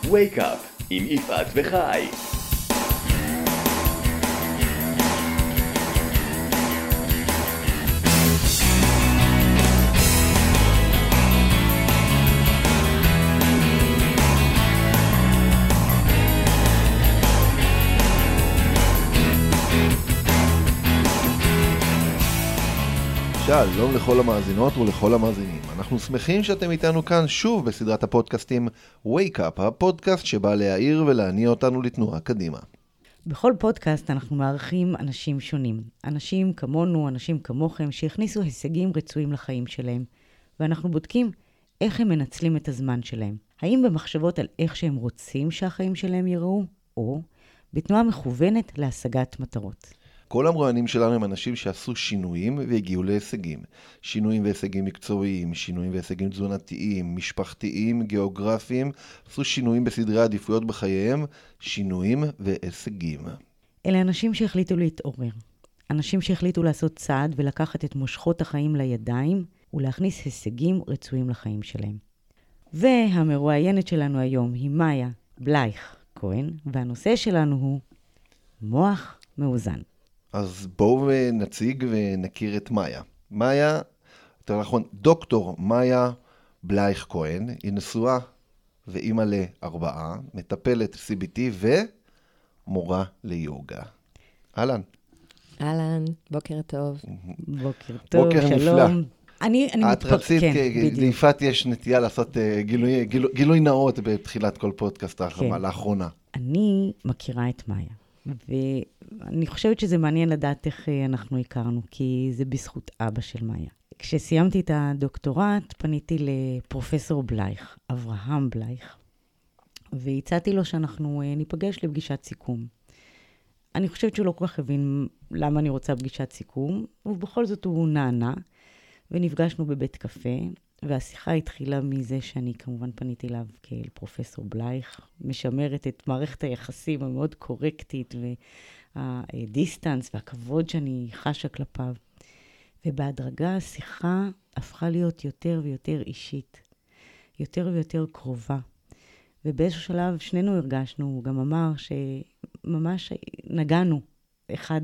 Wake Up עם יפעת וחי. שלום לכל המאזינות ולכל המאזינים. אנחנו שמחים שאתם איתנו כאן שוב בסדרת הפודקאסטים Wake Up, הפודקאסט שבא להעיר ולהניע אותנו לתנועה קדימה. בכל פודקאסט אנחנו מארחים אנשים שונים. אנשים כמונו, אנשים כמוכם, שהכניסו הישגים רצויים לחיים שלהם. ואנחנו בודקים איך הם מנצלים את הזמן שלהם. האם במחשבות על איך שהם רוצים שהחיים שלהם ייראו, או בתנועה מכוונת להשגת מטרות. כל המרואיינים שלנו הם אנשים שעשו שינויים והגיעו להישגים. שינויים והישגים מקצועיים, שינויים והישגים תזונתיים, משפחתיים, גיאוגרפיים, עשו שינויים בסדרי העדיפויות בחייהם, שינויים והישגים. אלה אנשים שהחליטו להתעורר. אנשים שהחליטו לעשות צעד ולקחת את מושכות החיים לידיים ולהכניס הישגים רצויים לחיים שלהם. והמרואיינת שלנו היום היא מאיה בלייך כהן, והנושא שלנו הוא מוח מאוזן. אז בואו נציג ונכיר את מאיה. מאיה, יותר נכון, דוקטור מאיה בלייך כהן, היא נשואה ואימא ל4, מטפלת CBT ומורה ליוגה. אהלן. אהלן, בוקר טוב. בוקר טוב, בוקר שלום. נפלא. את רצית, ליפעת יש נטייה לעשות גילוי נאות בתחילת כל פודקאסט לאחרונה. אני מכירה את מאיה. ואני חושבת שזה מעניין לדעת איך אנחנו הכרנו, כי זה בזכות אבא של מאיה. כשסיימתי את הדוקטורט, פניתי לפרופסור בלייך, אברהם בלייך, והצעתי לו שאנחנו ניפגש לפגישת סיכום. אני חושבת שהוא לא כל כך הבין למה אני רוצה פגישת סיכום, ובכל זאת הוא נענה, ונפגשנו בבית קפה, והשיחה התחילה מזה שאני כמובן פניתי אליו כאל פרופסור בלייך, משמרת את מערכת היחסים המאוד קורקטית והדיסטנס והכבוד שאני חשה כלפיו. ובהדרגה השיחה הפכה להיות יותר ויותר אישית, יותר ויותר קרובה. ובאיזשהו שלב שנינו הרגשנו, הוא גם אמר שממש נגענו אחד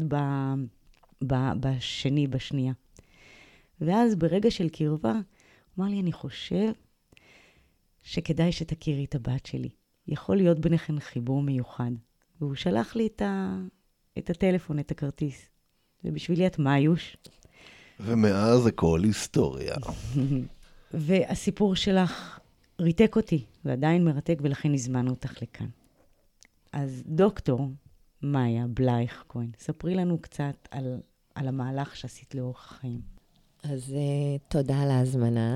בשני, בשנייה. ואז ברגע של קרבה, אמר לי, אני חושב שכדאי שתכירי את הבת שלי. יכול להיות ביניכן חיבור מיוחד. והוא שלח לי את הטלפון, את הכרטיס. ובשבילי את מאיוש. ומאז הכל היסטוריה. והסיפור שלך ריתק אותי, ועדיין מרתק, ולכן הזמנו אותך לכאן. אז דוקטור מאיה בלייך כהן, ספרי לנו קצת על המהלך שעשית לאורך החיים. אז תודה על ההזמנה.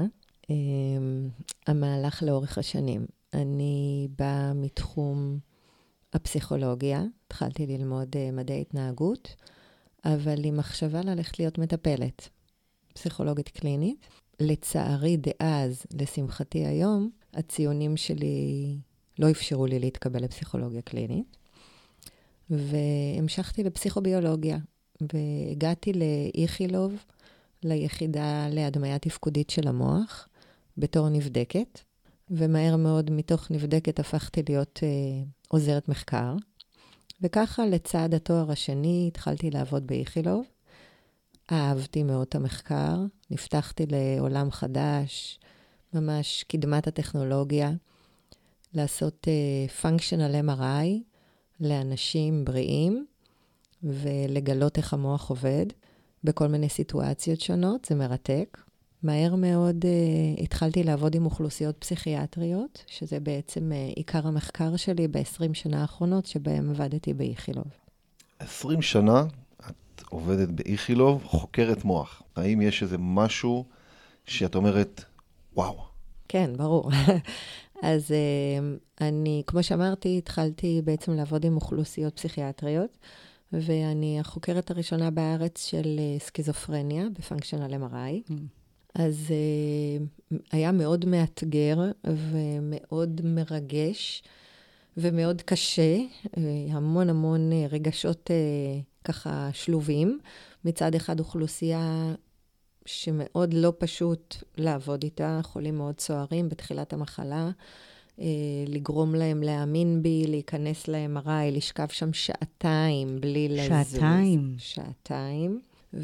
המהלך לאורך השנים. אני באה מתחום הפסיכולוגיה, התחלתי ללמוד מדעי התנהגות, אבל עם מחשבה ללכת להיות מטפלת, פסיכולוגית קלינית. לצערי דאז, לשמחתי היום, הציונים שלי לא אפשרו לי להתקבל לפסיכולוגיה קלינית, והמשכתי לפסיכוביולוגיה, והגעתי לאיכילוב, ליחידה להדמיה תפקודית של המוח, בתור נבדקת, ומהר מאוד מתוך נבדקת הפכתי להיות עוזרת מחקר, וככה לצד התואר השני התחלתי לעבוד באיכילוב, אהבתי מאוד את המחקר, נפתחתי לעולם חדש, ממש קדמת הטכנולוגיה, לעשות functional MRI לאנשים בריאים, ולגלות איך המוח עובד, בכל מיני סיטואציות שונות, זה מרתק. מהר מאוד התחלתי לעבוד עם אוכלוסיות פסיכיאטריות, שזה בעצם עיקר המחקר שלי ב-20 שנה האחרונות, שבהם עבדתי באיכילוב. 20 שנה את עובדת באיכילוב, חוקרת מוח. האם יש איזה משהו שאת אומרת, וואו? כן, ברור. אז אני, כמו שאמרתי, התחלתי בעצם לעבוד עם אוכלוסיות פסיכיאטריות, ואני החוקרת הראשונה בארץ של סקיזופרניה, בפונקשיונל MRI. אז היה מאוד מאתגר ומאוד מרגש ומאוד קשה, המון רגשות ככה שלובים. מצד אחד אוכלוסייה שמאוד לא פשוט לעבוד איתה, חולים מאוד סוערים בתחילת המחלה, לגרום להם להאמין בי, להיכנס ל-MRI, לשכב שם שעתיים בלי לזוז. שעתיים.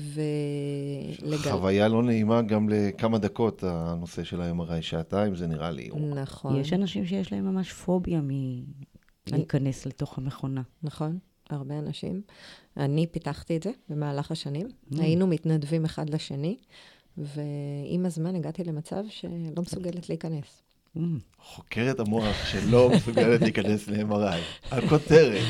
חוויה לא נעימה גם לכמה דקות, הנושא של ה-MRI, שעתיים, זה נראה לי. נכון. יש אנשים שיש להם ממש פוביה להיכנס לתוך המכונה. נכון, הרבה אנשים. אני פיתחתי את זה במהלך השנים. היינו מתנדבים אחד לשני, ועם הזמן הגעתי למצב שלא מסוגלת להיכנס. חוקרת המוח שלא מסוגלת להיכנס ל-MRI. הכותרת.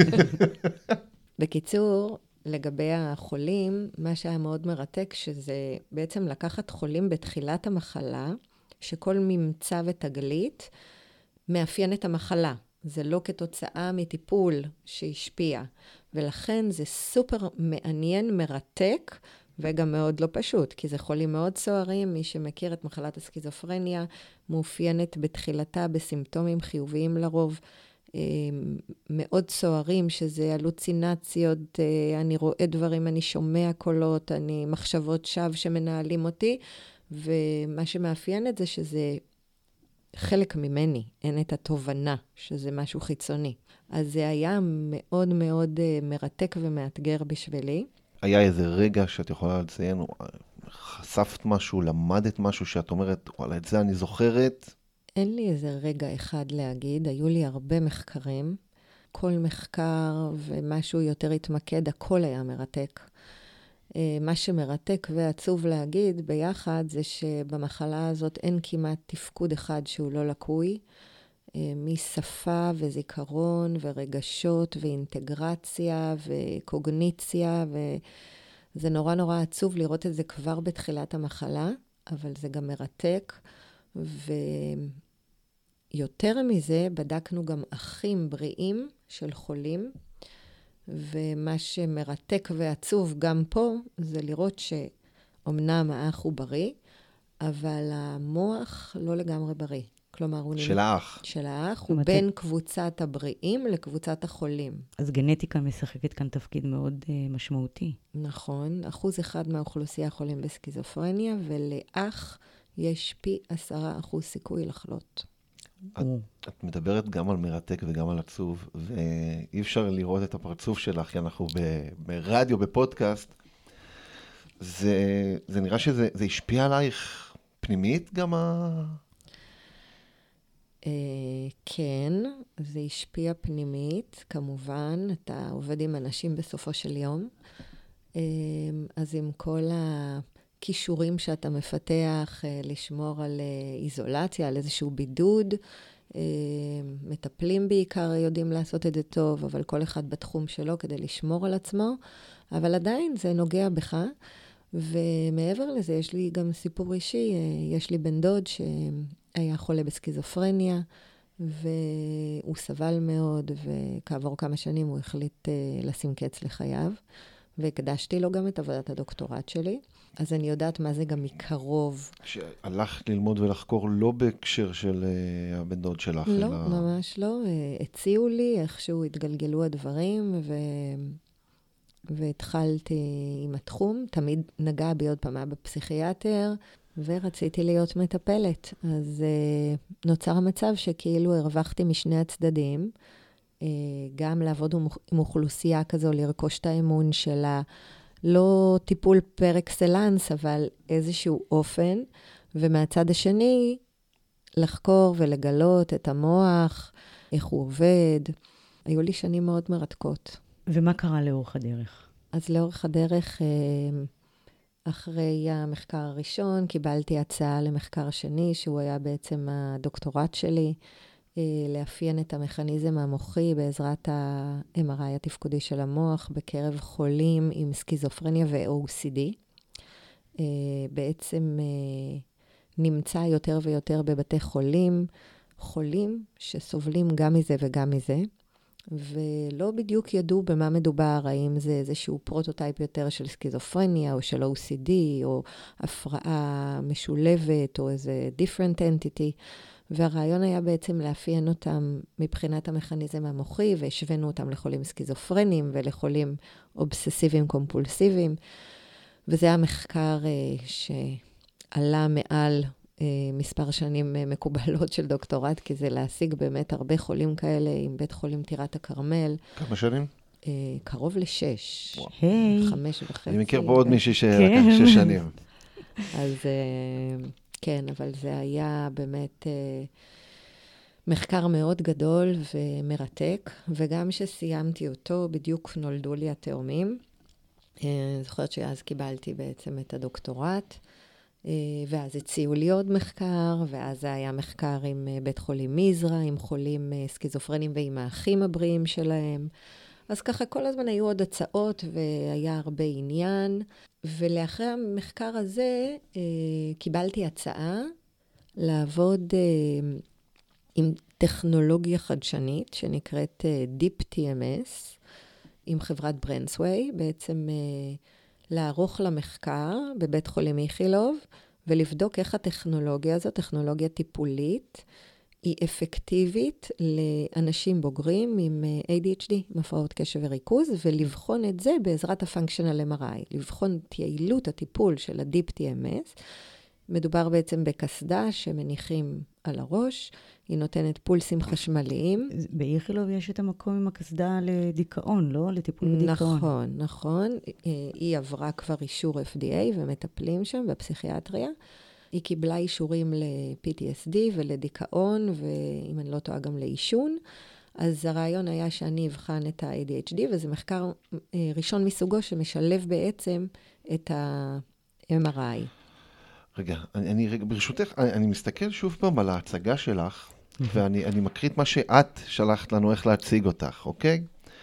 בקיצור, לגבי החולים, מה שהיה מאוד מרתק, שזה בעצם לקחת חולים בתחילת המחלה, שכל ממצא ותגלית מאפיין את המחלה. זה לא כתוצאה מטיפול שהשפיע. ולכן זה סופר מעניין, מרתק, וגם מאוד לא פשוט, כי זה חולים מאוד סוערים. מי שמכיר את מחלת הסקיזופרניה, מאופיינת בתחילתה בסימפטומים חיוביים לרוב, מאוד סוערים, שזה הלוצינציות, אני רואה דברים, אני שומע קולות, אני מחשבות שווא שמנהלים אותי, ומה שמאפיין את זה שזה חלק ממני, אין את התובנה שזה משהו חיצוני. אז זה היה מאוד מאוד מרתק ומאתגר בשבילי. היה איזה רגע שאת יכולה לציין, חשפת משהו, למדת משהו שאת אומרת, וואלה, את זה אני זוכרת? אין לי איזה רגע אחד להגיד, היו לי הרבה מחקרים, כל מחקר ומשהו יותר התמקד, הכל היה מרתק. מה שמרתק ועצוב להגיד ביחד זה שבמחלה הזאת אין כמעט תפקוד אחד שהוא לא לקוי, משפה וזיכרון ורגשות ואינטגרציה וקוגניציה, וזה נורא נורא עצוב לראות את זה כבר בתחילת המחלה, אבל זה גם מרתק. ויותר מזה, בדקנו גם אחים בריאים של חולים, ומה שמרתק ועצוב גם פה, זה לראות שאומנם האח הוא בריא, אבל המוח לא לגמרי בריא. כלומר, הוא של האח. של האח, הוא בין קבוצת הבריאים לקבוצת החולים. אז גנטיקה משחקת כאן תפקיד מאוד משמעותי. נכון, 1% מהאוכלוסייה חולים בסקיזופרניה, ולאח יש פי 10% סיכוי לחלות. את מדברת גם על מרתק וגם על עצוב, ואי אפשר לראות את הפרצוף שלך, כי אנחנו ברדיו, בפודקאסט. זה נראה שזה השפיע עלייך פנימית גם כן, זה השפיע פנימית, כמובן, אתה עובד עם אנשים בסופו של יום, אז עם כל הכישורים שאתה מפתח, לשמור על איזולציה, על איזשהו בידוד, מטפלים בעיקר יודעים לעשות את זה טוב, אבל כל אחד בתחום שלו כדי לשמור על עצמו, אבל עדיין זה נוגע בך, ומעבר לזה יש לי גם סיפור אישי, יש לי בן דוד שהיה חולה בסקיזופרניה, והוא סבל מאוד, וכעבור כמה שנים הוא החליט לשים קץ לחייו, והקדשתי לו גם את עבודת הדוקטורט שלי, אז אני יודעת מה זה גם מקרוב. שהלכת ללמוד ולחקור לא בהקשר של הבן דוד שלך, לא, אלא... ממש לא. הציעו לי איכשהו התגלגלו הדברים, והתחלתי עם התחום. תמיד נגע בי עוד פעם בפסיכיאטר, ורציתי להיות מטפלת. אז נוצר המצב שכאילו הרווחתי משני הצדדים, גם לעבוד עם אוכלוסייה כזו, לרכוש את האמון שלה, לא טיפול פר אקסלנס, אבל איזשהו אופן, ומהצד השני, לחקור ולגלות את המוח, איך הוא עובד. היו לי שנים מאוד מרתקות. ומה קרה לאורך הדרך? אז לאורך הדרך, אחרי המחקר הראשון, קיבלתי הצעה למחקר שני, שהוא היה בעצם הדוקטורט שלי, לאפיין את המכניזם המוחי בעזרת ה-MRI התפקודי של המוח בקרב חולים עם סקיזופרניה ו-OCD. בעצם נמצא יותר ויותר בבתי חולים שסובלים גם מזה וגם מזה, ולא בדיוק ידעו במה מדובר, האם זה איזשהו פרוטוטייפ יותר של סקיזופרניה או של OCD או הפרעה משולבת או איזה different entity, והרעיון היה בעצם לאפיין אותם מבחינת המכניזם המוחי, והשווינו אותם לחולים סקיזופרנים ולחולים אובססיביים קומפולסיביים, וזה המחקר שעלה מעל מספר שנים מקובלות של דוקטורט, כי זה להשיג באמת הרבה חולים כאלה עם בית חולים טירת הכרמל. כמה שנים? קרוב ל6. היי. 5.5. אני מכיר פה עוד מישהי שלקח 6 שנים. אז כן, אבל זה היה באמת מחקר מאוד גדול ומרתק, וגם שסיימתי אותו, בדיוק נולדו לי התאומים. זוכרת שאז קיבלתי בעצם את הדוקטורט, ואז הציעו לי עוד מחקר, ואז זה היה מחקר עם בית חולים מזרע, עם חולים סקיזופרנים ועם האחים הבריאים שלהם. אז ככה כל הזמן היו עוד הצעות והיה הרבה עניין, ולאחרי המחקר הזה קיבלתי הצעה לעבוד עם טכנולוגיה חדשנית שנקראת Deep TMS, עם חברת ברנסווי, בעצם לערוך למחקר בבית חולים איכילוב, ולבדוק איך הטכנולוגיה הזאת, טכנולוגיה טיפולית, היא אפקטיבית לאנשים בוגרים עם ADHD, עם הפרעות קשב וריכוז, ולבחון את זה בעזרת ה-Functional MRI, לבחון את יעילות הטיפול של ה-Deep TMS. מדובר בעצם בקסדה שמניחים על הראש, היא נותנת פולסים חשמליים. באיכילוב יש את המקום עם הקסדה לדיכאון, לא? לטיפול בדיכאון. נכון, נכון. היא עברה כבר אישור FDA ומטפלים שם בפסיכיאטריה. היא קיבלה אישורים ל-PTSD ולדיכאון, ואם אני לא טועה גם לאישון. אז הרעיון היה שאני אבחן את ה-ADHD, וזה מחקר ראשון מסוגו שמשלב בעצם את ה-MRI. רגע, ברשותך, אני מסתכל שוב פעם על ההצגה שלך, ואני מקריא את מה שאת שלחת לנו איך להציג אותך, אוקיי?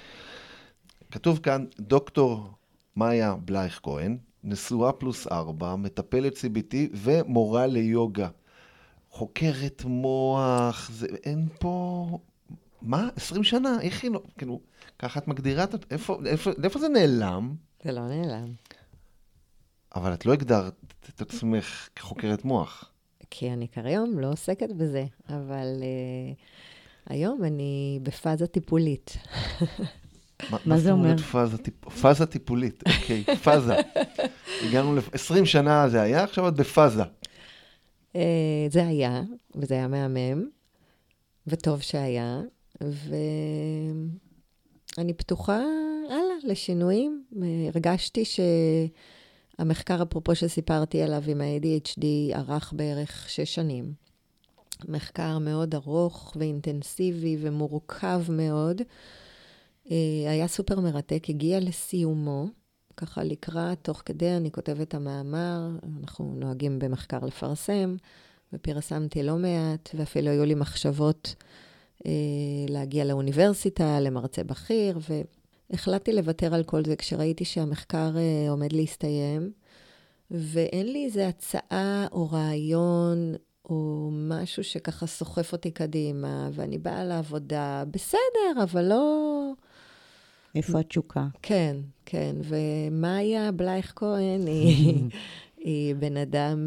כתוב כאן, דוקטור מאיה בלייך כהן, נשואה פלוס 4, מטפלת CBT ומורה ליוגה. חוקרת מוח, אין פה... מה? 20 שנה? איך היא לא... כאילו, ככה את מגדירה את... איפה זה נעלם? זה לא נעלם. אבל את לא הגדרת את עצמך כחוקרת מוח. כי אני כיום לא עוסקת בזה, אבל היום אני בפאזה טיפולית. מה זה אומר? פאזה טיפולית, אוקיי, פאזה. הגענו ל-20 שנה זה היה, עכשיו את בפאזה. זה היה, וזה היה מהמם, וטוב שהיה, ואני פתוחה הלאה לשינויים. הרגשתי שהמחקר אפרופו שסיפרתי עליו עם ה-ADHD ערך בערך 6 שנים. מחקר מאוד ארוך ואינטנסיבי ומורכב מאוד. היה סופר מרתק, הגיע לסיומו, ככה לקראת, תוך כדי אני כותבת המאמר, אנחנו נוהגים במחקר לפרסם, ופרסמתי לא מעט, ואפילו היו לי מחשבות להגיע לאוניברסיטה, למרצה בכיר, והחלטתי לוותר על כל זה כשראיתי שהמחקר עומד להסתיים, ואין לי איזו הצעה או רעיון או משהו שככה סוחף אותי קדימה, ואני באה לעבודה, בסדר, אבל לא... איפה התשוקה? כן, כן. ומאיה בלייך כהן היא בן אדם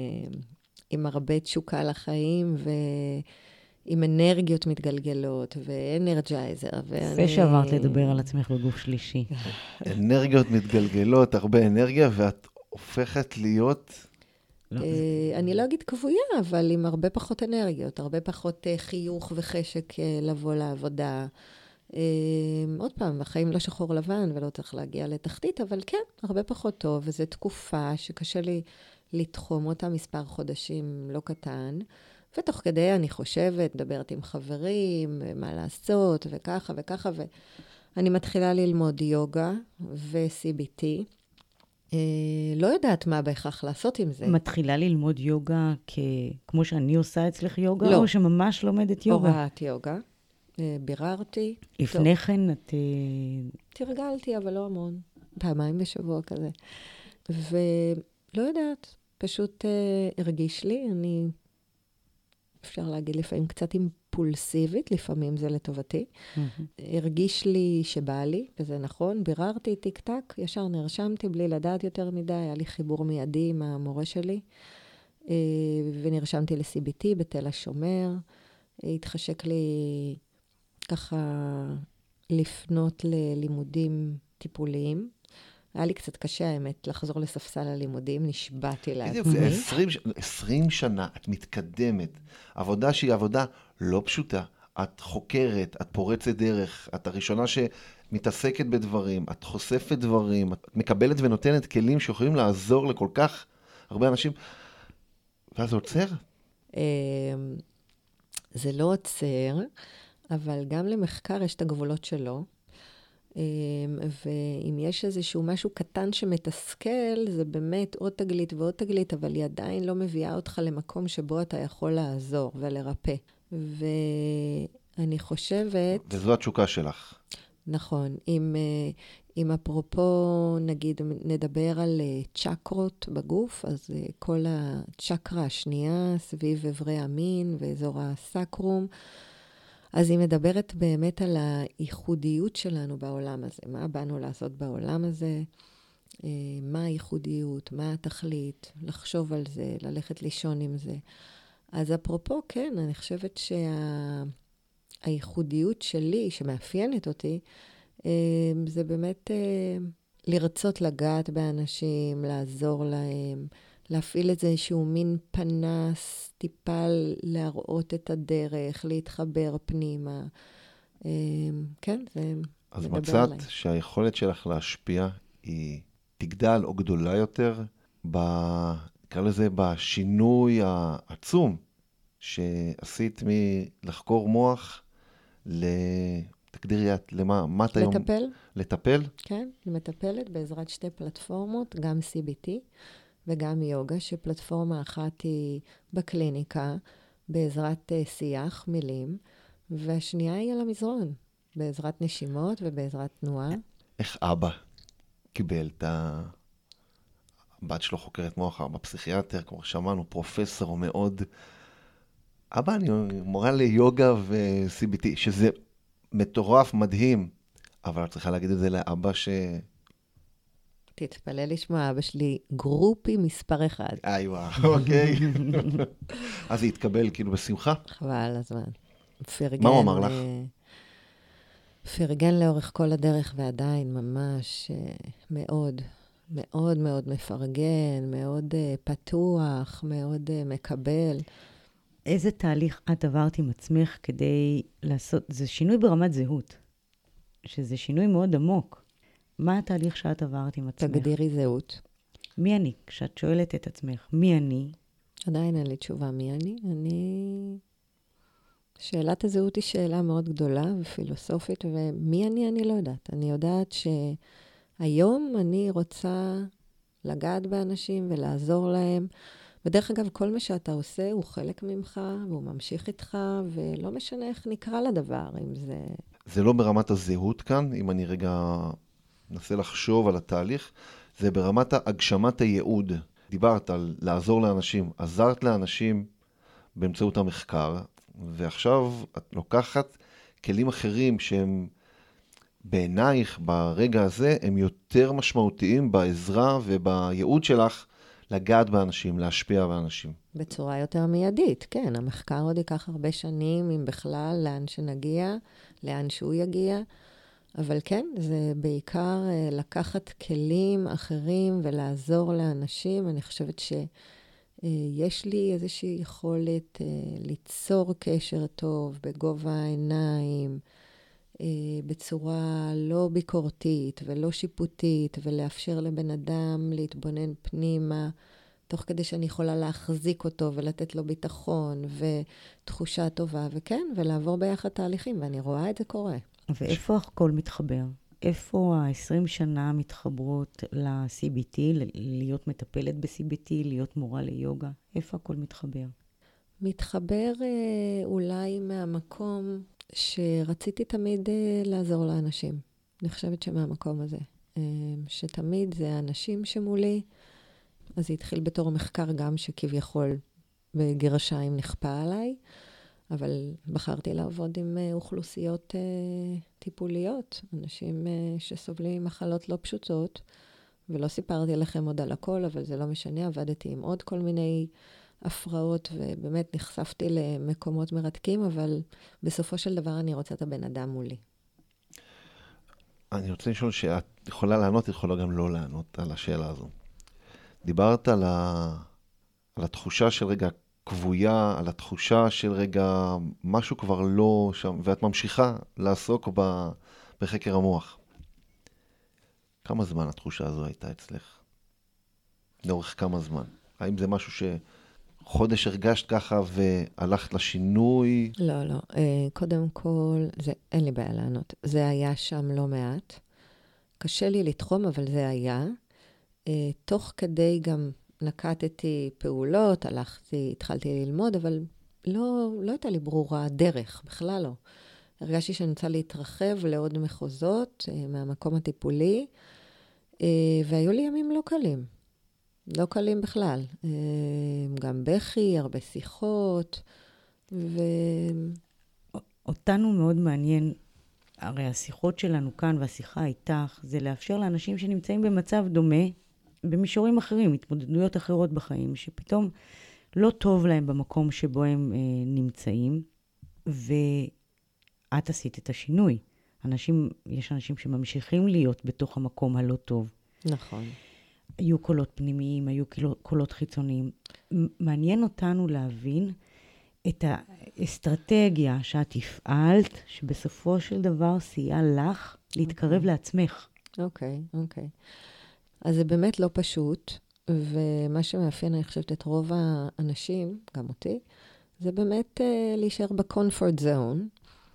עם הרבה תשוקה לחיים, ועם אנרגיות מתגלגלות, ואנרג'ייזר. יפה שעברת לדבר על עצמך בגוף שלישי. אנרגיות מתגלגלות, הרבה אנרגיה, ואת הופכת להיות... אני לא אגיד כבויה, אבל עם הרבה פחות אנרגיות, הרבה פחות חיוך וחשק לבוא לעבודה. עוד פעם, החיים לא שחור לבן ולא צריך להגיע לתחתית, אבל כן, הרבה פחות טוב, וזו תקופה שקשה לי לתחום אותה מספר חודשים לא קטן, ותוך כדי אני חושבת, מדברת עם חברים, מה לעשות, וככה וככה, ואני מתחילה ללמוד יוגה ו-CBT, לא יודעת מה בהכרח לעשות עם זה. מתחילה ללמוד יוגה כמו שאני עושה אצלך יוגה, לא. או שממש לומדת יוגה? הוראת יוגה. ביררתי. לפני כן את... תרגלתי, אבל לא המון. 2 בשבוע כזה. ולא יודעת, פשוט הרגיש לי, אני, אפשר להגיד לפעמים קצת אימפולסיבית, לפעמים זה לטובתי. הרגיש לי שבא לי, וזה נכון, ביררתי טיק טק, ישר נרשמתי בלי לדעת יותר מדי, היה לי חיבור מיידי עם המורה שלי, ונרשמתי ל-CBT בתל השומר, התחשק לי ככה לפנות ללימודים טיפוליים. היה לי קצת קשה, האמת, לחזור לספסל הלימודים, נשבעתי בדיוק, לעצמי. זה 20 שנה, את מתקדמת. עבודה שהיא עבודה לא פשוטה. את חוקרת, את פורצת דרך, את הראשונה שמתעסקת בדברים, את חושפת דברים, את מקבלת ונותנת כלים שיכולים לעזור לכל כך הרבה אנשים. ואז זה עוצר? זה לא עוצר, אבל גם למחקר יש את הגבולות שלו. ואם יש איזשהו משהו קטן שמתסכל, זה באמת עוד תגלית ועוד תגלית, אבל היא עדיין לא מביאה אותך למקום שבו אתה יכול לעזור ולרפא. ואני חושבת... וזו התשוקה שלך. נכון. אם אפרופו, נגיד, נדבר על צ'קרות בגוף, אז כל הצ'קרה השנייה סביב אברי המין ואזור הסקרום, אז היא מדברת באמת על הייחודיות שלנו בעולם הזה. מה באנו לעשות בעולם הזה? מה הייחודיות? מה התכלית? לחשוב על זה, ללכת לישון עם זה. אז אפרופו, כן, אני חושבת שהייחודיות שלי, שמאפיינת אותי, זה באמת לרצות לגעת באנשים, לעזור להם, להפעיל איזשהו מין פנס, טיפה להראות את הדרך, להתחבר פנימה. כן, זה אז מדבר מצאת עליי. שהיכולת שלך להשפיע היא תגדל או גדולה יותר, נקרא לזה בשינוי העצום שעשית מלחקור מוח תגדירי את למה, מה אתה היום... לטפל? לטפל? כן, אני מטפלת בעזרת שתי פלטפורמות, גם CBT וגם יוגה, שפלטפורמה אחת היא בקליניקה, בעזרת שיח, מילים, והשנייה היא על המזרון, בעזרת נשימות ובעזרת תנועה. איך אבא קיבל את הבת שלו חוקרת מוח, אבא פסיכיאטר, כמו שמענו, פרופסור מאוד... אבא, אני מורה ליוגה ו-CBT, שזה מטורף, מדהים, אבל את צריכה להגיד את זה לאבא תתפלא לשמוע, אבא שלי גרופי מספר אחד. וואו, אוקיי. אז זה התקבל כאילו בשמחה? חבל על הזמן. פרגן, מה הוא אמר לך? פרגן לאורך כל הדרך, ועדיין ממש מאוד, מאוד מאוד מפרגן, מאוד פתוח, מאוד מקבל. איזה תהליך את עברת עם עצמך כדי לעשות, זה שינוי ברמת זהות, שזה שינוי מאוד עמוק. מה התהליך שאת עברת עם עצמך? תגדירי זהות. מי אני? כשאת שואלת את עצמך, מי אני? עדיין אין לי תשובה מי אני. שאלת הזהות היא שאלה מאוד גדולה ופילוסופית, ומי אני לא יודעת. אני יודעת שהיום אני רוצה לגעת באנשים ולעזור להם. ודרך אגב, כל מה שאתה עושה הוא חלק ממך, והוא ממשיך איתך, ולא משנה איך נקרא לדבר, אם זה... זה לא ברמת הזהות כאן, אם אני רגע נסה לחשוב על התהליך, זה ברמת הגשמת הייעוד. דיברת על לעזור לאנשים, עזרת לאנשים באמצעות המחקר, ועכשיו את לוקחת כלים אחרים שהם בעינייך ברגע הזה, הם יותר משמעותיים בעזרה ובייעוד שלך לגעת באנשים, להשפיע באנשים. בצורה יותר מיידית, כן. המחקר עוד ייקח הרבה שנים, אם בכלל, לאן שנגיע, לאן שהוא יגיע. אבל כן, זה בעיקר לקחת כלים אחרים ולעזור לאנשים. אני חושבת שיש לי איזושהי יכולת ליצור קשר טוב בגובה העיניים, בצורה לא ביקורתית ולא שיפוטית, ולאפשר לבן אדם להתבונן פנימה, תוך כדי שאני יכולה להחזיק אותו ולתת לו ביטחון ותחושה טובה, וכן, ולעבור ביחד תהליכים, ואני רואה את זה קורה. ואיפה הכל מתחבר? איפה ה-20 שנה מתחברות ל-CBT, להיות מטפלת ב-CBT, להיות מורה ליוגה? איפה הכל מתחבר? מתחבר אולי מהמקום שרציתי תמיד לעזור לאנשים. אני חושבת שמהמקום הזה. שתמיד זה האנשים שמולי, אז זה התחיל בתור מחקר גם שכביכול בגרשיים נכפה עליי, אבל בחרתי לעבוד עם אוכלוסיות טיפוליות, אנשים שסובלים מחלות לא פשוטות, ולא סיפרתי לכם עוד על הכל, אבל זה לא משנה, עבדתי עם עוד כל מיני הפרעות, ובאמת נחשפתי למקומות מרתקים, אבל בסופו של דבר אני רוצה את הבן אדם מולי. אני רוצה לשאול שאת יכולה לענות, יכולה גם לא לענות על השאלה הזו. דיברת על התחושה של רגע קבויה, על התחושה של רגע משהו כבר לא שם, ואת ממשיכה לעסוק בחקר המוח. כמה זמן התחושה הזו הייתה אצלך? לאורך כמה זמן? האם זה משהו שחודש הרגשת ככה והלכת לשינוי? לא, לא. קודם כל, אין לי בעיה לענות. זה היה שם לא מעט. קשה לי לתחום, אבל זה היה. תוך כדי גם נקטתי פעולות, התחלתי ללמוד, אבל לא הייתה לי ברורה דרך, בכלל לא. הרגשתי שאני רוצה להתרחב לעוד מחוזות מהמקום הטיפולי, והיו לי ימים לא קלים. לא קלים בכלל. גם בכי, הרבה שיחות, אותנו מאוד מעניין, הרי השיחות שלנו כאן והשיחה איתך, זה לאפשר לאנשים שנמצאים במצב דומה, במישורים אחרים, התמודדויות אחרות בחיים, שפתאום לא טוב להם במקום שבו הם נמצאים, ואת עשית את השינוי. יש אנשים שממשיכים להיות בתוך המקום הלא טוב. נכון. היו קולות פנימיים, היו קולות חיצוניים. מעניין אותנו להבין את האסטרטגיה שאת הפעלת, שבסופו של דבר סייעה לך להתקרב לעצמך. אוקיי. אז זה באמת לא פשוט, ומה שמאפיין, אני חושבת, את רוב האנשים, גם אותי, זה באמת להישאר בקומפורט זון,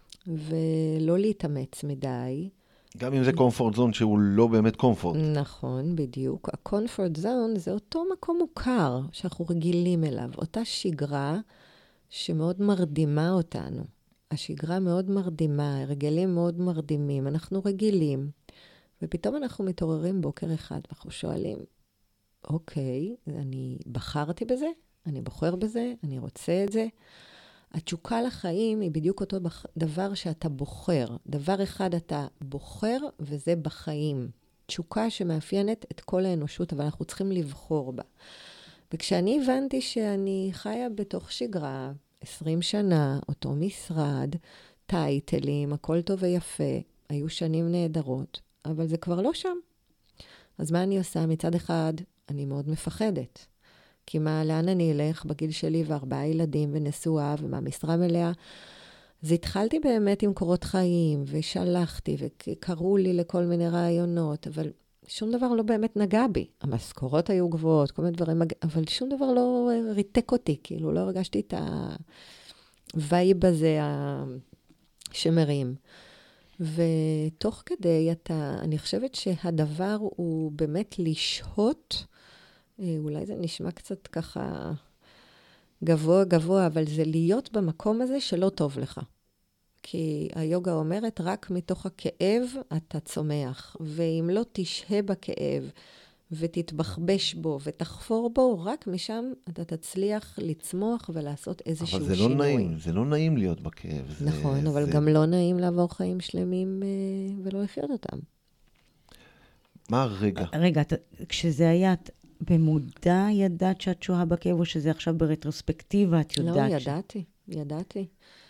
ולא להתאמץ מדי. גם אם זה קומפורט זון שהוא לא באמת קומפורט. נכון, בדיוק. הקומפורט זון זה אותו מקום מוכר שאנחנו רגילים אליו, אותה שגרה שמאוד מרדימה אותנו. השגרה מאוד מרדימה, הרגלים מאוד מרדימים, אנחנו רגילים. ופתאום אנחנו מתעוררים בוקר אחד, ואנחנו שואלים, אוקיי, אני בחרתי בזה, אני בוחר בזה, אני רוצה את זה. התשוקה לחיים היא בדיוק אותו דבר שאתה בוחר. דבר אחד אתה בוחר, וזה בחיים. תשוקה שמאפיינת את כל האנושות, אבל אנחנו צריכים לבחור בה. וכשאני הבנתי שאני חיה בתוך שגרה, 20 שנה, אותו משרד, טייטלים, הכל טוב ויפה, היו שנים נהדרות, אבל זה כבר לא שם. אז מה אני עושה? מצד אחד, אני מאוד מפחדת. כי לאן אני אלך בגיל שלי 4 ילדים ונשואה ומהמשרה מלאה? אז התחלתי באמת עם קורות חיים, ושלחתי, וקראו לי לכל מיני רעיונות, אבל שום דבר לא באמת נגע בי. המשכורות היו גבוהות, כל מיני דברים, אבל שום דבר לא ריתק אותי, כאילו לא הרגשתי את הווייב הזה שמרים. ותוך כדי אני חושבת שהדבר הוא באמת לשהות, אולי זה נשמע קצת ככה גבוה, אבל זה להיות במקום הזה שלא טוב לך. כי היוגה אומרת, רק מתוך הכאב אתה צומח, ואם לא תשהה בכאב ותתבחבש בו ותחפור בו, רק משם אתה תצליח לצמוח ולעשות איזשהו שינוי. אבל זה לא נעים, זה לא נעים להיות בכאב. נכון, אבל גם לא נעים לעבור חיים שלמים ולא לחיות אותם. מה הרגע? רגע, כשזה היה, במודע ידעת שאת שוהה בכאב, או שזה עכשיו ברטרוספקטיבה, את יודעת? לא, ידעתי.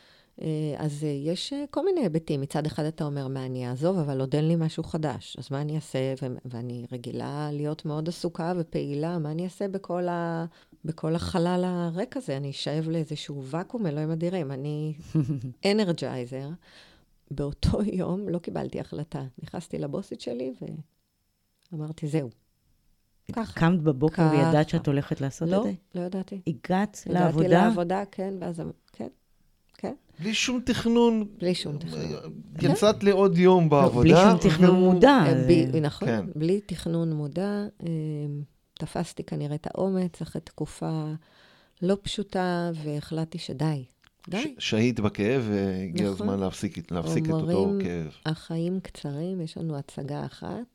אז יש כל מיני היבטים. מצד אחד אתה אומר, מה אני אעזוב, אבל עוד אין לי משהו חדש. אז מה אני אעשה? ואני רגילה להיות מאוד עסוקה ופעילה. מה אני אעשה בכל החלל הריק הזה? אני אשאב לאיזשהו ואקום, אלוהים אדירים. אני אנרג'ייזר. באותו יום לא קיבלתי החלטה. נכנסתי לבוסית שלי ואמרתי, זהו. ככה. קמת בבוקר וידעת שאת הולכת לעשות את זה? לא ידעתי. הגעת לעבודה? הגעתי לעבודה, כן, ואז כן. בלי שום תכנון. בלי שום תכנון. יצאת לעוד יום בעבודה. בלי שום תכנון מודע. נכון, בלי תכנון מודע. תפסתי כנראה את האומץ אחרי תקופה לא פשוטה, והחלטתי שדי. די. שהית בכאב, והגיע הזמן להפסיק את אותו כאב. החיים קצרים, יש לנו הצגה אחת.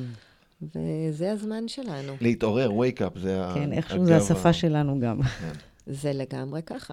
וזה הזמן שלנו. להתעורר, wake up, זה כן, איכשהו זה השפה שלנו גם. זה לגמרי ככה.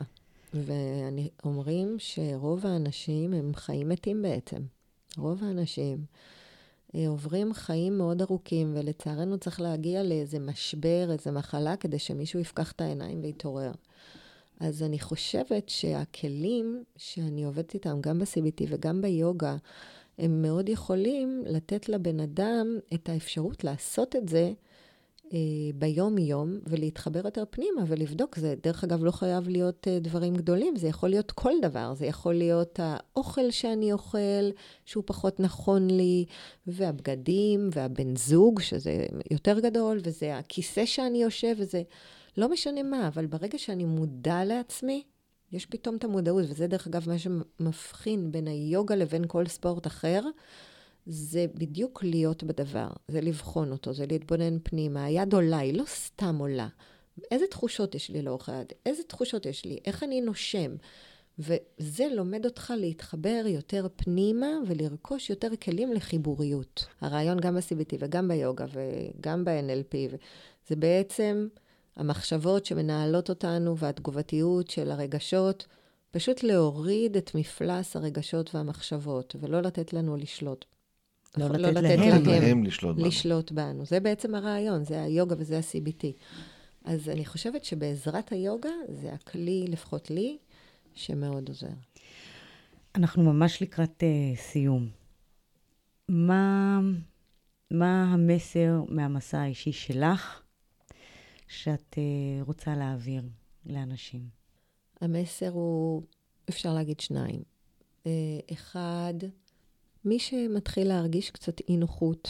ואומרים שרוב האנשים הם חיים מתים בעצם. רוב האנשים עוברים חיים מאוד ארוכים, ולצערנו צריך להגיע לאיזה משבר, איזה מחלה, כדי שמישהו יפקח את העיניים ויתעורר. אז אני חושבת שהכלים שאני עובדת איתם, גם ב-CBT וגם ביוגה, הם מאוד יכולים לתת לבן אדם את האפשרות לעשות את זה ביום-יום, ולהתחבר יותר פנימה ולבדוק. זה, דרך אגב, לא חייב להיות דברים גדולים, זה יכול להיות כל דבר. זה יכול להיות האוכל שאני אוכל, שהוא פחות נכון לי, והבגדים, והבן זוג, שזה יותר גדול, וזה הכיסא שאני יושב, וזה לא משנה מה, אבל ברגע שאני מודע לעצמי, יש פתאום את המודעות, וזה דרך אגב מה שמבחין בין היוגה לבין כל ספורט אחר, זה בדיוק להיות בדבר, זה לבחון אותו, זה להתבונן פנימה. היד עולה, היא לא סתם עולה. איזה תחושות יש לי לאורך היד? איזה תחושות יש לי? איך אני נושם? וזה לומד אותך להתחבר יותר פנימה ולרכוש יותר כלים לחיבוריות. הרעיון גם ב-CBT וגם ביוגה וגם ב-NLP, זה בעצם המחשבות שמנהלות אותנו והתגובתיות של הרגשות, פשוט להוריד את מפלס הרגשות והמחשבות ולא לתת לנו לשלוט. לא לתת להם לשלוט בנו. זה בעצם הרעיון, זה היוגה וזה ה-CBT. אז אני חושבת שבעזרת היוגה, זה הכלי, לפחות לי, שמאוד עוזר. אנחנו ממש לקראת סיום. מה המסר מהמסע האישי שלך, שאת רוצה להעביר לאנשים? המסר הוא, אפשר להגיד שניים. אחד, מי שמתחיל להרגיש קצת אי נוחות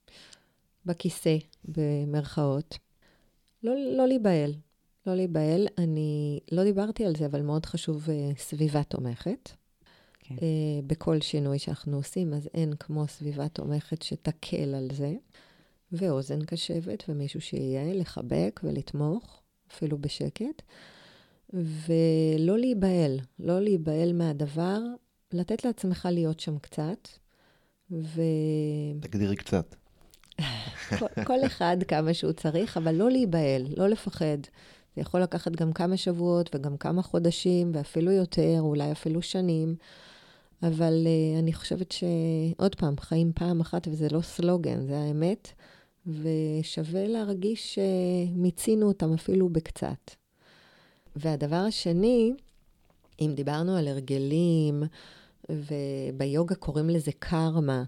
בכיסא, במרכאות, לא להיבהל. לא להיבהל. אני לא דיברתי על זה, אבל מאוד חשוב סביבה תומכת. כן. בכל שינוי שאנחנו עושים, אז אין כמו סביבה תומכת שתקל על זה. ואוזן קשבת, ומישהו שיהיה לחבק ולתמוך, אפילו בשקט. ולא להיבהל. לא להיבהל מהדבר, לתת לעצמך להיות שם קצת. תגדירי קצת. כל אחד כמה שהוא צריך, אבל לא להיבהל, לא לפחד. זה יכול לקחת גם כמה שבועות וגם כמה חודשים, ואפילו יותר, אולי אפילו שנים. אבל אני חושבת שעוד פעם, חיים פעם אחת, וזה לא סלוגן, זה האמת. ושווה להרגיש שמיצינו אותם אפילו בקצת. והדבר השני, אם דיברנו על הרגלים, וביוגה קוראים לזה קרמה,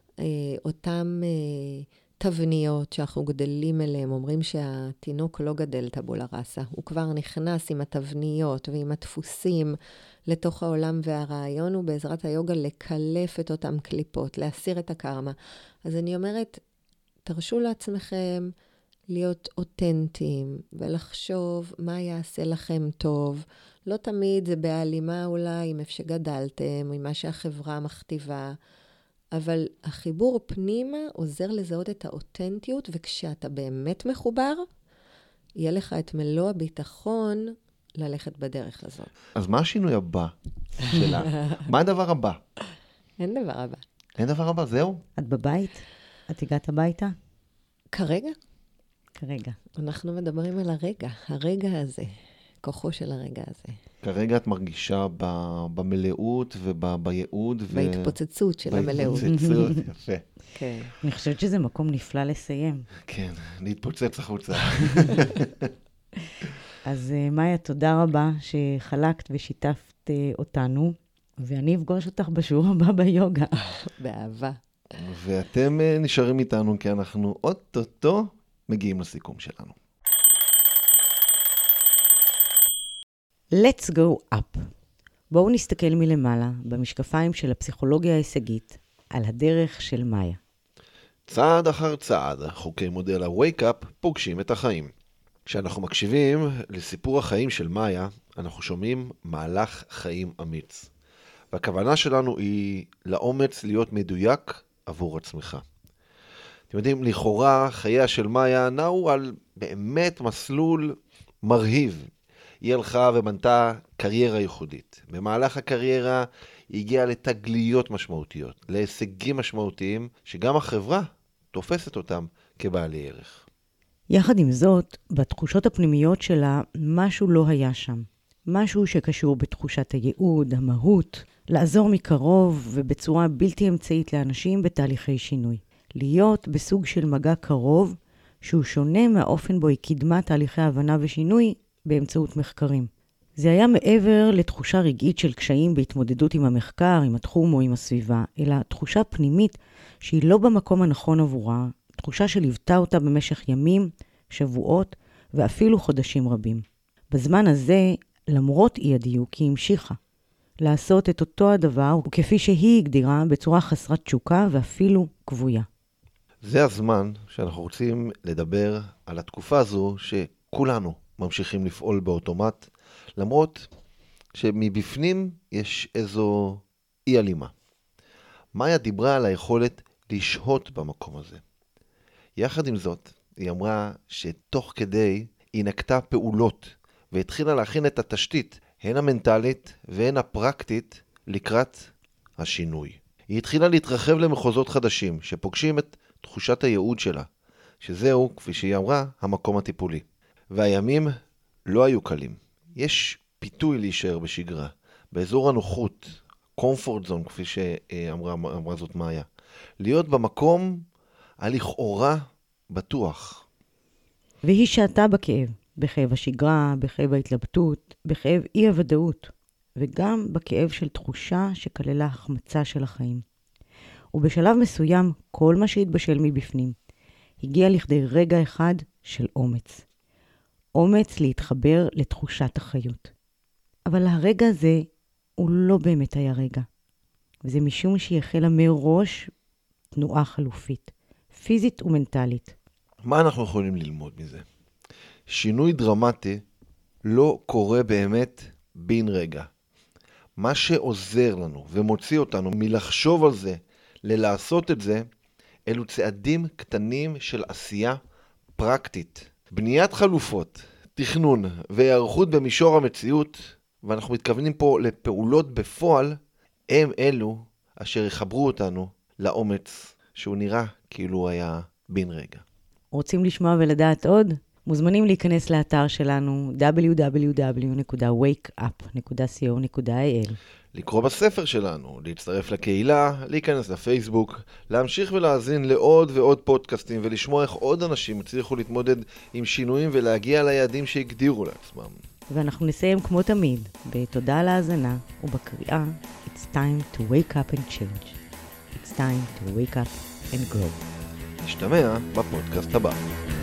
אותם תבניות שאנחנו גדלים אליהם, אומרים שהתינוק לא גדל טבולה ראסה, הוא כבר נכנס עם התבניות ועם הדפוסים לתוך העולם, והרעיון הוא בעזרת היוגה לקלף את אותם קליפות, להסיר את הקרמה. אז אני אומרת, תרשו לעצמכם להיות אותנטיים ולחשוב מה יעשה לכם טוב. לא תמיד זה בהלימה אולי עם איפה שגדלתם, עם מה שהחברה מכתיבה, אבל החיבור פנימה עוזר לזהות את האותנטיות, וכשאתה באמת מחובר, יהיה לך את מלוא הביטחון ללכת בדרך הזאת. אז מה השינוי הבא שלה? מה הדבר הבא? אין דבר הבא. אין דבר הבא, זהו? את בבית? את הגעת הביתה? כרגע? כרגע. אנחנו מדברים על הרגע הזה, כוחו של הרגע הזה. כרגע את מרגישה במלאות ובייעוד. בהתפוצצות של המלאות. בהתפוצצות, יפה. כן. אני חושבת שזה מקום נפלא לסיים. כן, להתפוצץ החוצה. אז מאיה, תודה רבה שחלקת ושיתפת אותנו, ואני אפגוש אותך בשיעור הבא ביוגה. באהבה. ואתם נשארים איתנו, כי אנחנו אוטוטו מגיעים לסיכום שלנו. Let's go up. בואו נסתכל מלמעלה, במשקפיים של הפסיכולוגיה ההישגית, על הדרך של מאיה. צעד אחר צעד, חוקי מודל ה-Wake Up פוגשים את החיים. כשאנחנו מקשיבים לסיפור החיים של מאיה, אנחנו שומעים מהלך חיים אמיץ. והכוונה שלנו היא לאומץ להיות מדויק עבור עצמך. אתם יודעים, לכאורה חייה של מאיה נעו על באמת מסלול מרהיב. היא הלכה ובנתה קריירה ייחודית. במהלך הקריירה היא הגיעה לתגליות משמעותיות, להישגים משמעותיים, שגם החברה תופסת אותם כבעלי ערך. יחד עם זאת, בתחושות הפנימיות שלה, משהו לא היה שם. משהו שקשור בתחושת הייעוד, המהות, לעזור מקרוב ובצורה בלתי אמצעית לאנשים בתהליכי שינוי. להיות בסוג של מגע קרוב, שהוא שונה מהאופן בו היא קידמה תהליכי הבנה ושינוי באמצעות מחקרים. זה היה מעבר לתחושה רגעית של קשיים בהתמודדות עם המחקר, עם התחום או עם הסביבה, אלא תחושה פנימית שהיא לא במקום הנכון עבורה, תחושה שליוותה אותה במשך ימים, שבועות ואפילו חודשים רבים. בזמן הזה, למרות אי הדיוק, היא המשיכה לעשות את אותו הדבר, וכפי שהיא הגדירה, בצורה חסרת תשוקה ואפילו כבויה. זה הזמן שאנחנו רוצים לדבר על התקופה הזו שכולנו ממשיכים לפעול באוטומט, למרות שמבפנים יש איזו אי אלימה. מאיה דיברה על היכולת לשהות במקום הזה. יחד עם זאת, היא אמרה שתוך כדי היא נקטה פעולות והתחילה להכין את התשתית, הן המנטלית והן הפרקטית, לקראת השינוי. היא התחילה להתרחב למחוזות חדשים שפוגשים את תחושת הייעוד שלה, שזהו, כפי שהיא אמרה, המקום הטיפולי. והימים לא היו קלים. יש פיתוי להישאר בשגרה, באזור הנוחות, comfort zone, כפי שאמרה זאת מאיה. להיות במקום הלכאורה בטוח. והיא שעתה בכאב, בכאב השגרה, בכאב ההתלבטות, בכאב אי הוודאות, וגם בכאב של תחושה שכללה החמצה של החיים. ובשלב מסוים, כל מה שהתבשל מבפנים, הגיע לכדי רגע אחד של אומץ. אומץ להתחבר לתחושת החיות. אבל הרגע הזה הוא לא באמת היה רגע. וזה משום שהיא החלה מראש תנועה חלופית, פיזית ומנטלית. מה אנחנו יכולים ללמוד מזה? שינוי דרמטי לא קורה באמת בן רגע. מה שעוזר לנו ומוציא אותנו מלחשוב על זה, ללעשות את זה, אלו צעדים קטנים של עשייה פרקטית. בניית חלופות, תכנון והיערכות במישור המציאות, ואנחנו מתכוונים פה לפעולות בפועל, הם אלו אשר יחברו אותנו לאומץ שהוא נראה כאילו היה בן רגע. רוצים לשמוע ולדעת עוד? מוזמנים להיכנס לאתר שלנו www.wakeup.co.il, לקרוא בספר שלנו, להצטרף לקהילה, להיכנס לפייסבוק, להמשיך ולהאזין לעוד ועוד פודקאסטים ולשמוע איך עוד אנשים הצליחו להתמודד עם שינויים ולהגיע ליעדים שהגדירו לעצמם. ואנחנו נסיים כמו תמיד בתודה על ההאזנה ובקריאה It's time to wake up and change. It's time to wake up and grow. נשתמע בפודקאסט הבא.